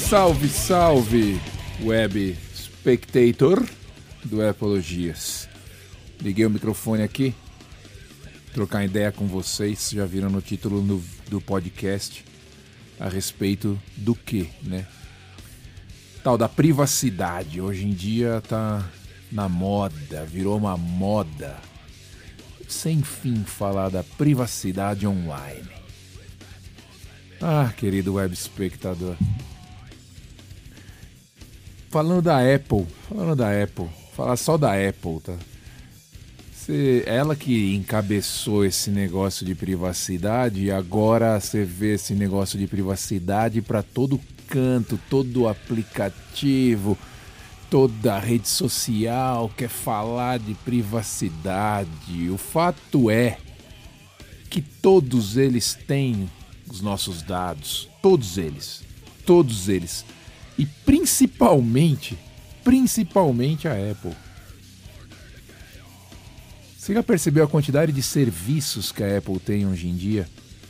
Salve, salve, web spectator do Apologias. Liguei o microfone aqui, trocar ideia com vocês. Já viram no título do podcast a respeito do que, né? Tal da privacidade. Hoje em dia tá na moda, virou uma moda. Sem fim falar da privacidade online. Ah, querido web espectador. Falando da Apple, falar só da Apple, tá? Ela que encabeçou esse negócio de privacidade e agora você vê esse negócio de privacidade para todo canto, todo aplicativo, toda rede social quer falar de privacidade. O fato é que todos eles têm os nossos dados, todos eles, e principalmente a Apple. Você já percebeu a quantidade de serviços que a Apple tem hoje em dia?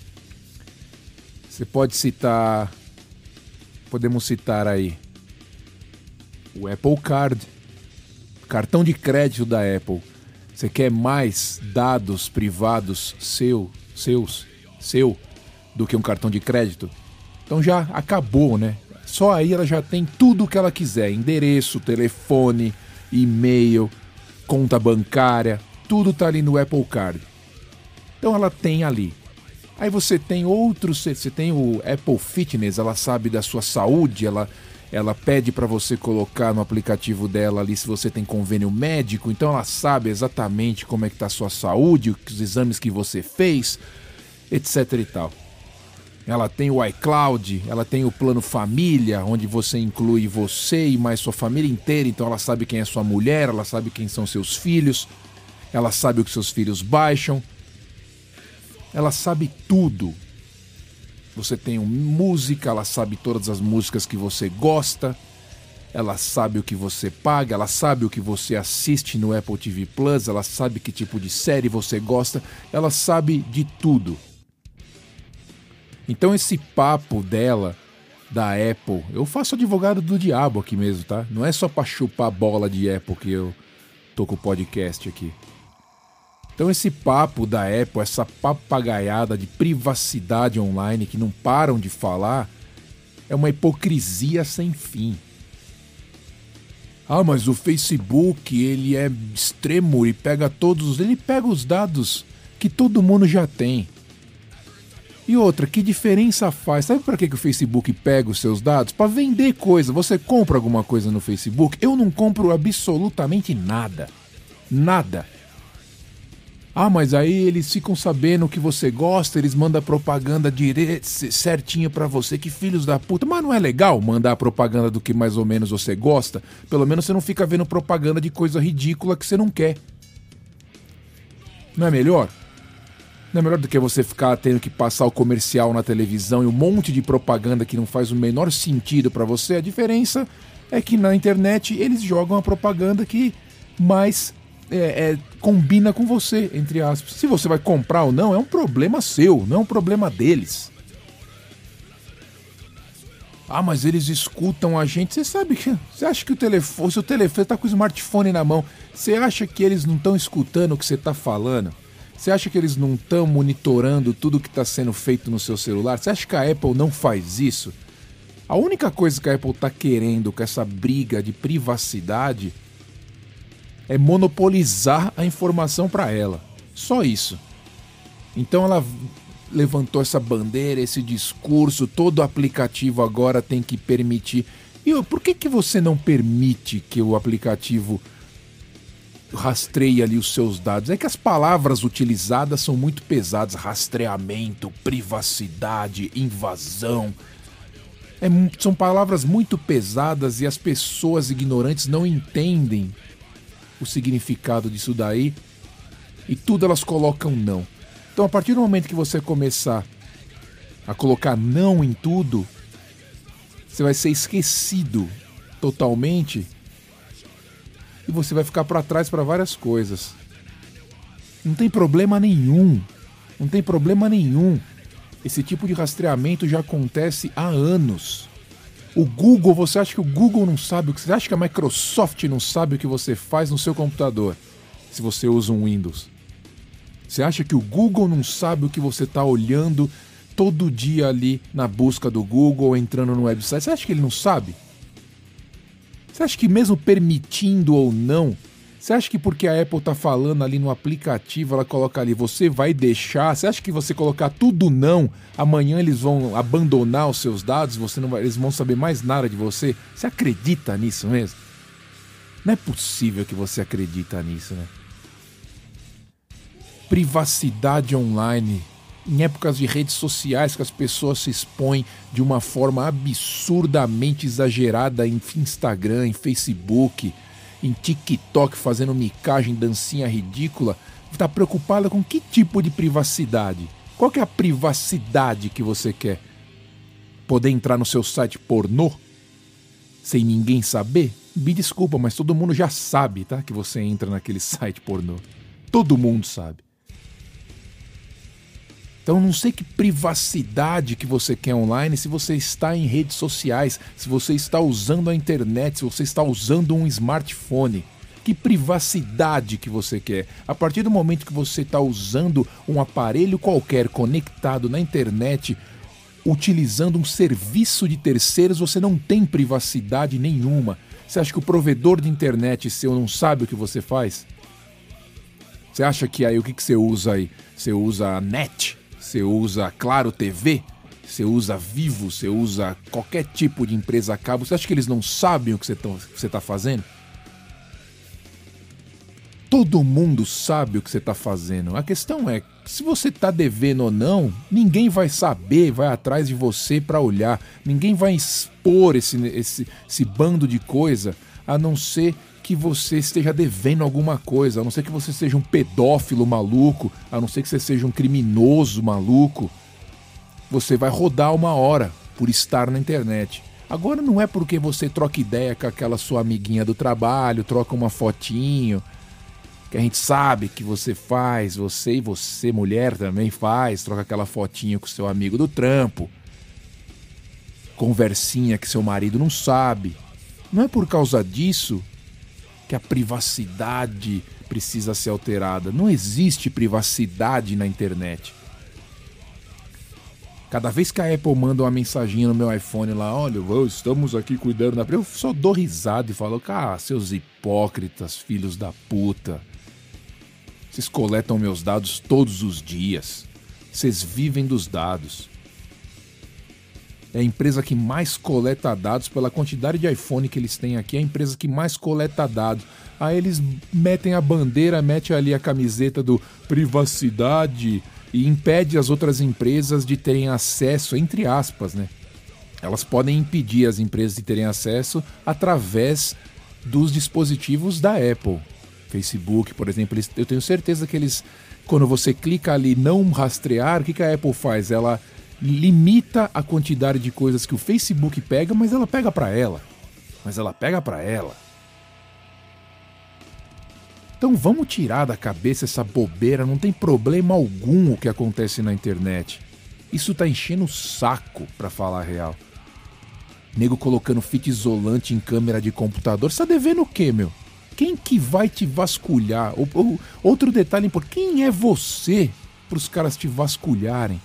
Podemos citar aí o Apple Card, cartão de crédito da Apple. Você quer mais dados privados seu do que um cartão de crédito? Então já acabou, né? Só aí ela já tem tudo o que ela quiser: endereço, telefone, e-mail, conta bancária, tudo tá ali no Apple Card. Então ela tem ali. Aí você tem você tem o Apple Fitness, ela sabe da sua saúde, ela pede para você colocar no aplicativo dela ali se você tem convênio médico, então ela sabe exatamente como é que tá a sua saúde, os exames que você fez, etc e tal. Ela tem o iCloud, ela tem o plano família, onde você inclui você e mais sua família inteira, então ela sabe quem é sua mulher, ela sabe quem são seus filhos, ela sabe o que seus filhos baixam, ela sabe tudo. Você tem música, ela sabe todas as músicas que você gosta, ela sabe o que você paga, ela sabe o que você assiste no Apple TV Plus, ela sabe que tipo de série você gosta, ela sabe de tudo. Então esse papo dela, da Apple, eu faço advogado do diabo aqui mesmo, tá? Não é só pra chupar bola de Apple que eu tô com o podcast aqui. Então esse papo da Apple, essa papagaiada de privacidade online que não param de falar, é uma hipocrisia sem fim. Ah, mas o Facebook, ele é extremo e ele pega os dados que todo mundo já tem. E outra, que diferença faz? Sabe para que o Facebook pega os seus dados? Para vender coisa. Você compra alguma coisa no Facebook? Eu não compro absolutamente nada. Nada. Ah, mas aí eles ficam sabendo o que você gosta, eles mandam propaganda certinho pra você, que filhos da puta. Mas não é legal mandar propaganda do que mais ou menos você gosta? Pelo menos você não fica vendo propaganda de coisa ridícula que você não quer. Não é melhor? Não é melhor do que você ficar tendo que passar o comercial na televisão e um monte de propaganda que não faz o menor sentido pra você? A diferença é que na internet eles jogam a propaganda que mais combina com você, entre aspas. Se você vai comprar ou não, é um problema seu, não é um problema deles. Ah, mas eles escutam a gente. Você sabe que... Você acha que o seu telefone tá com o smartphone na mão. Você acha que eles não estão escutando o que você tá falando? Você acha que eles não estão monitorando tudo que está sendo feito no seu celular? Você acha que a Apple não faz isso? A única coisa que a Apple está querendo com essa briga de privacidade é monopolizar a informação para ela. Só isso. Então ela levantou essa bandeira, esse discurso, todo aplicativo agora tem que permitir. E por que você não permite que o aplicativo rastreie ali os seus dados? É que as palavras utilizadas são muito pesadas: rastreamento, privacidade, invasão. São palavras muito pesadas e as pessoas ignorantes não entendem o significado disso daí e tudo elas colocam não. Então a partir do momento que você começar a colocar não em tudo, você vai ser esquecido totalmente e você vai ficar para trás para várias coisas. Não tem problema nenhum. Não tem problema nenhum. Esse tipo de rastreamento já acontece há anos. O Google, você acha que o Google não sabe o que você acha que a Microsoft não sabe o que você faz no seu computador, se você usa um Windows? Você acha que o Google não sabe o que você está olhando todo dia ali na busca do Google, entrando no website? Você acha que ele não sabe? Você acha que mesmo permitindo ou não, você acha que porque a Apple está falando ali no aplicativo, ela coloca ali, você vai deixar? Você acha que você colocar tudo não, amanhã eles vão abandonar os seus dados, você não vai, eles vão saber mais nada de você? Você acredita nisso mesmo? Não é possível que você acredita nisso, né? Privacidade online, em épocas de redes sociais que as pessoas se expõem de uma forma absurdamente exagerada em Instagram, em Facebook, em TikTok, fazendo micagem, dancinha ridícula, está preocupada com que tipo de privacidade? Qual que é a privacidade que você quer? Poder entrar no seu site pornô sem ninguém saber? Me desculpa, mas todo mundo já sabe, tá? Que você entra naquele site pornô. Todo mundo sabe. Então não sei que privacidade que você quer online se você está em redes sociais, se você está usando a internet, se você está usando um smartphone. Que privacidade que você quer? A partir do momento que você está usando um aparelho qualquer conectado na internet, utilizando um serviço de terceiros, você não tem privacidade nenhuma. Você acha que o provedor de internet seu não sabe o que você faz? Você acha que aí o que você usa aí? Você usa a net? Você usa Claro TV, você usa Vivo, você usa qualquer tipo de empresa a cabo. Você acha que eles não sabem o que você está fazendo? Todo mundo sabe o que você está fazendo. A questão é, se você está devendo ou não, ninguém vai saber, vai atrás de você para olhar. Ninguém vai expor esse bando de coisa, a não ser que você esteja devendo alguma coisa, a não ser que você seja um pedófilo maluco, a não ser que você seja um criminoso maluco. Você vai rodar uma hora por estar na internet. Agora não é porque você troca ideia com aquela sua amiguinha do trabalho, troca uma fotinho, que a gente sabe que você faz, você e você, mulher, também faz, troca aquela fotinho com seu amigo do trampo, conversinha que seu marido não sabe. Não é por causa disso que a privacidade precisa ser alterada. Não existe privacidade na internet. Cada vez que a Apple manda uma mensaginha no meu iPhone lá, olha, estamos aqui cuidando da... Eu só dou risada e falo, seus hipócritas, filhos da puta. Vocês coletam meus dados todos os dias. Vocês vivem dos dados. É a empresa que mais coleta dados pela quantidade de iPhone que eles têm aqui. É a empresa que mais coleta dados. Aí eles metem a bandeira, metem ali a camiseta do privacidade e impede as outras empresas de terem acesso, entre aspas, né? Elas podem impedir as empresas de terem acesso através dos dispositivos da Apple. Facebook, por exemplo, eu tenho certeza que eles, quando você clica ali não rastrear, o que a Apple faz? Ela limita a quantidade de coisas que o Facebook pega, mas ela pega para ela. Então vamos tirar da cabeça essa bobeira, não tem problema algum o que acontece na internet. Isso tá enchendo o saco, pra falar a real. Nego colocando fita isolante em câmera de computador, você tá devendo o quê, meu? Quem que vai te vasculhar? Outro detalhe importante, quem é você pros caras te vasculharem?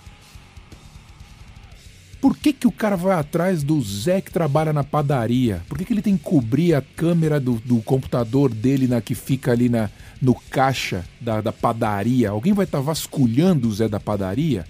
Por que o cara vai atrás do Zé que trabalha na padaria? Por que ele tem que cobrir a câmera do computador dele que fica ali no caixa da padaria? Alguém vai estar vasculhando o Zé da padaria?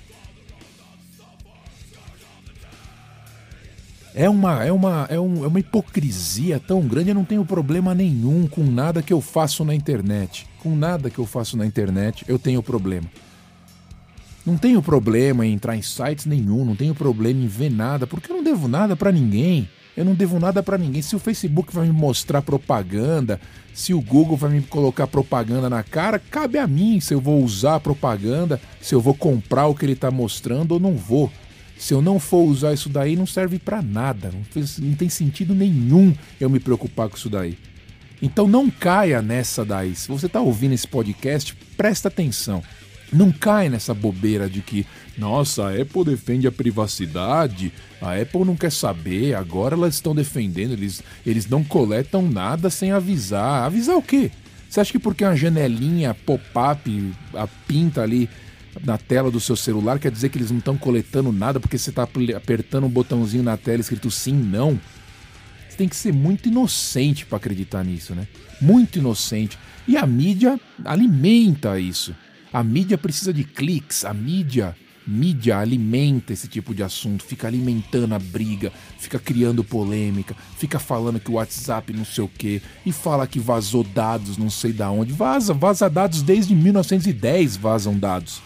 É uma hipocrisia tão grande. Eu não tenho problema nenhum com nada que eu faço na internet. Com nada que eu faço na internet eu tenho problema. Não tenho problema em entrar em sites nenhum, não tenho problema em ver nada, porque eu não devo nada pra ninguém. Eu não devo nada pra ninguém. Se o Facebook vai me mostrar propaganda, se o Google vai me colocar propaganda na cara, cabe a mim se eu vou usar a propaganda, se eu vou comprar o que ele tá mostrando ou não vou. Se eu não for usar isso daí, não serve pra nada. Não tem sentido nenhum eu me preocupar com isso daí. Então não caia nessa daí. Se você tá ouvindo esse podcast, presta atenção. Não cai nessa bobeira de que, nossa, a Apple defende a privacidade, a Apple não quer saber, agora elas estão defendendo, eles não coletam nada sem avisar. Avisar o quê? Você acha que porque uma janelinha pop-up pinta ali na tela do seu celular quer dizer que eles não estão coletando nada porque você está apertando um botãozinho na tela escrito sim, não? Você tem que ser muito inocente para acreditar nisso, né? Muito inocente. E a mídia alimenta isso. A mídia precisa de cliques, a mídia alimenta esse tipo de assunto, fica alimentando a briga, fica criando polêmica, fica falando que o WhatsApp não sei o quê, e fala que vazou dados não sei da onde. Vaza dados desde 1910, vazam dados.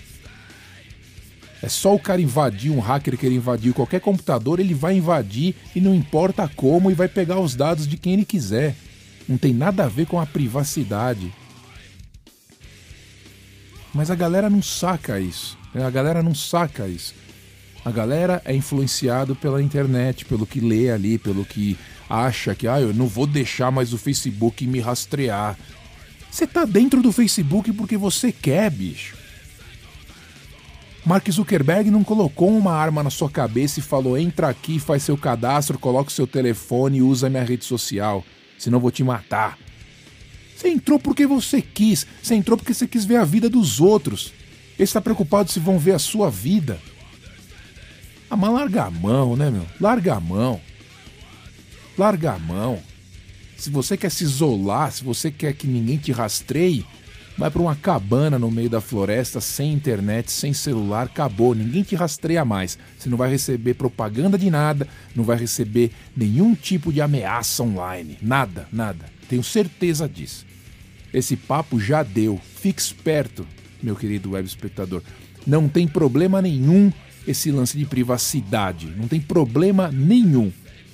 É só o cara invadir, um hacker querer invadir qualquer computador, ele vai invadir e não importa como, e vai pegar os dados de quem ele quiser. Não tem nada a ver com a privacidade. Mas a galera não saca isso. A galera não saca isso. A galera é influenciado pela internet, pelo que lê ali, pelo que acha que eu não vou deixar mais o Facebook me rastrear. Você tá dentro do Facebook porque você quer, bicho. Mark Zuckerberg não colocou uma arma na sua cabeça e falou: entra aqui, faz seu cadastro, coloca o seu telefone e usa minha rede social, senão eu vou te matar. Você entrou porque você quis. Você entrou porque você quis ver a vida dos outros. Ele está preocupado se vão ver a sua vida. Mas larga a mão, né, meu? Larga a mão. Larga a mão. Se você quer se isolar, se você quer que ninguém te rastreie, vai para uma cabana no meio da floresta, sem internet, sem celular, acabou. Ninguém te rastreia mais. Você não vai receber propaganda de nada, não vai receber nenhum tipo de ameaça online. Nada, nada. Tenho certeza disso. Esse papo já deu. Fique esperto, meu querido web espectador. Não tem problema nenhum esse lance de privacidade. Não tem problema nenhum.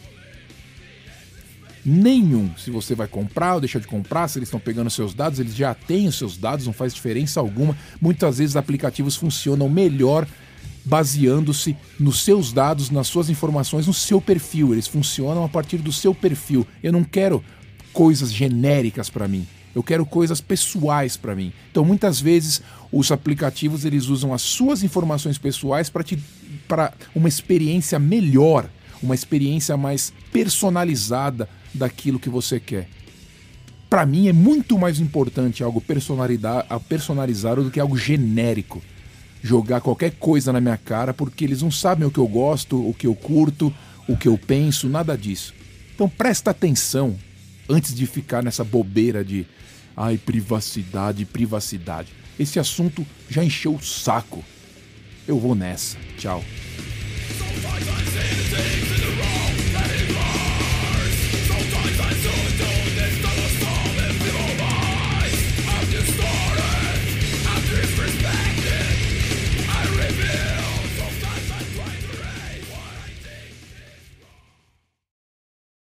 Nenhum. Se você vai comprar ou deixar de comprar, se eles estão pegando seus dados, eles já têm os seus dados, não faz diferença alguma. Muitas vezes aplicativos funcionam melhor baseando-se nos seus dados, nas suas informações, no seu perfil. Eles funcionam a partir do seu perfil. Eu não quero coisas genéricas para mim. Eu quero coisas pessoais para mim. Então, muitas vezes, os aplicativos eles usam as suas informações pessoais para uma experiência melhor, uma experiência mais personalizada daquilo que você quer. Para mim, é muito mais importante algo personalizado do que algo genérico. Jogar qualquer coisa na minha cara, porque eles não sabem o que eu gosto, o que eu curto, o que eu penso, nada disso. Então, presta atenção antes de ficar nessa bobeira de privacidade. Esse assunto já encheu o saco. Eu vou nessa. Tchau.